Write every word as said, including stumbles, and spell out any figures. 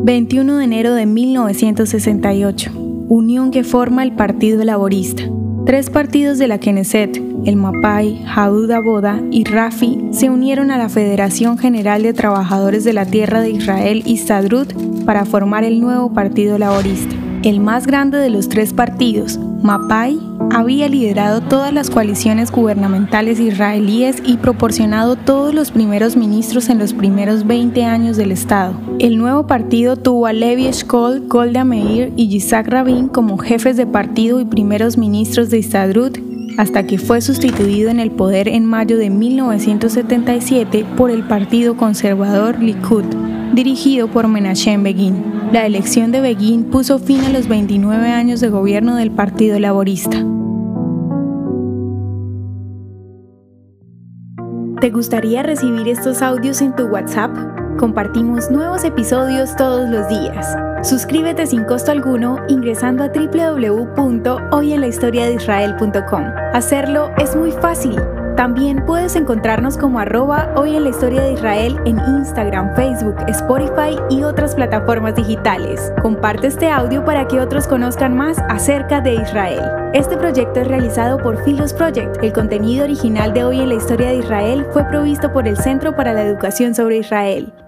veintiuno de enero de mil novecientos sesenta y ocho. Unión que forma el Partido Laborista. Tres partidos de la Knesset, el Mapai, Yehuda Avoda y Rafi, se unieron a la Federación General de Trabajadores de la Tierra de Israel, Histadrut, para formar el nuevo Partido Laborista. El más grande de los tres partidos, Mapai, había liderado todas las coaliciones gubernamentales israelíes y proporcionado todos los primeros ministros en los primeros veinte años del Estado. El nuevo partido tuvo a Levi Eshkol, Golda Meir y Yitzhak Rabin como jefes de partido y primeros ministros de Histadrut, hasta que fue sustituido en el poder en mayo de mil novecientos setenta y siete por el partido conservador Likud, dirigido por Menachem Begin. La elección de Begin puso fin a los veintinueve años de gobierno del Partido Laborista. ¿Te gustaría recibir estos audios en tu WhatsApp? Compartimos nuevos episodios todos los días. Suscríbete sin costo alguno ingresando a doble u doble u doble u punto hoy en la historia de israel punto com. Hacerlo es muy fácil. También puedes encontrarnos como arroba hoy en la historia de Israel en Instagram, Facebook, Spotify y otras plataformas digitales. Comparte este audio para que otros conozcan más acerca de Israel. Este proyecto es realizado por Philos Project. El contenido original de Hoy en la historia de Israel fue provisto por el Centro para la Educación sobre Israel.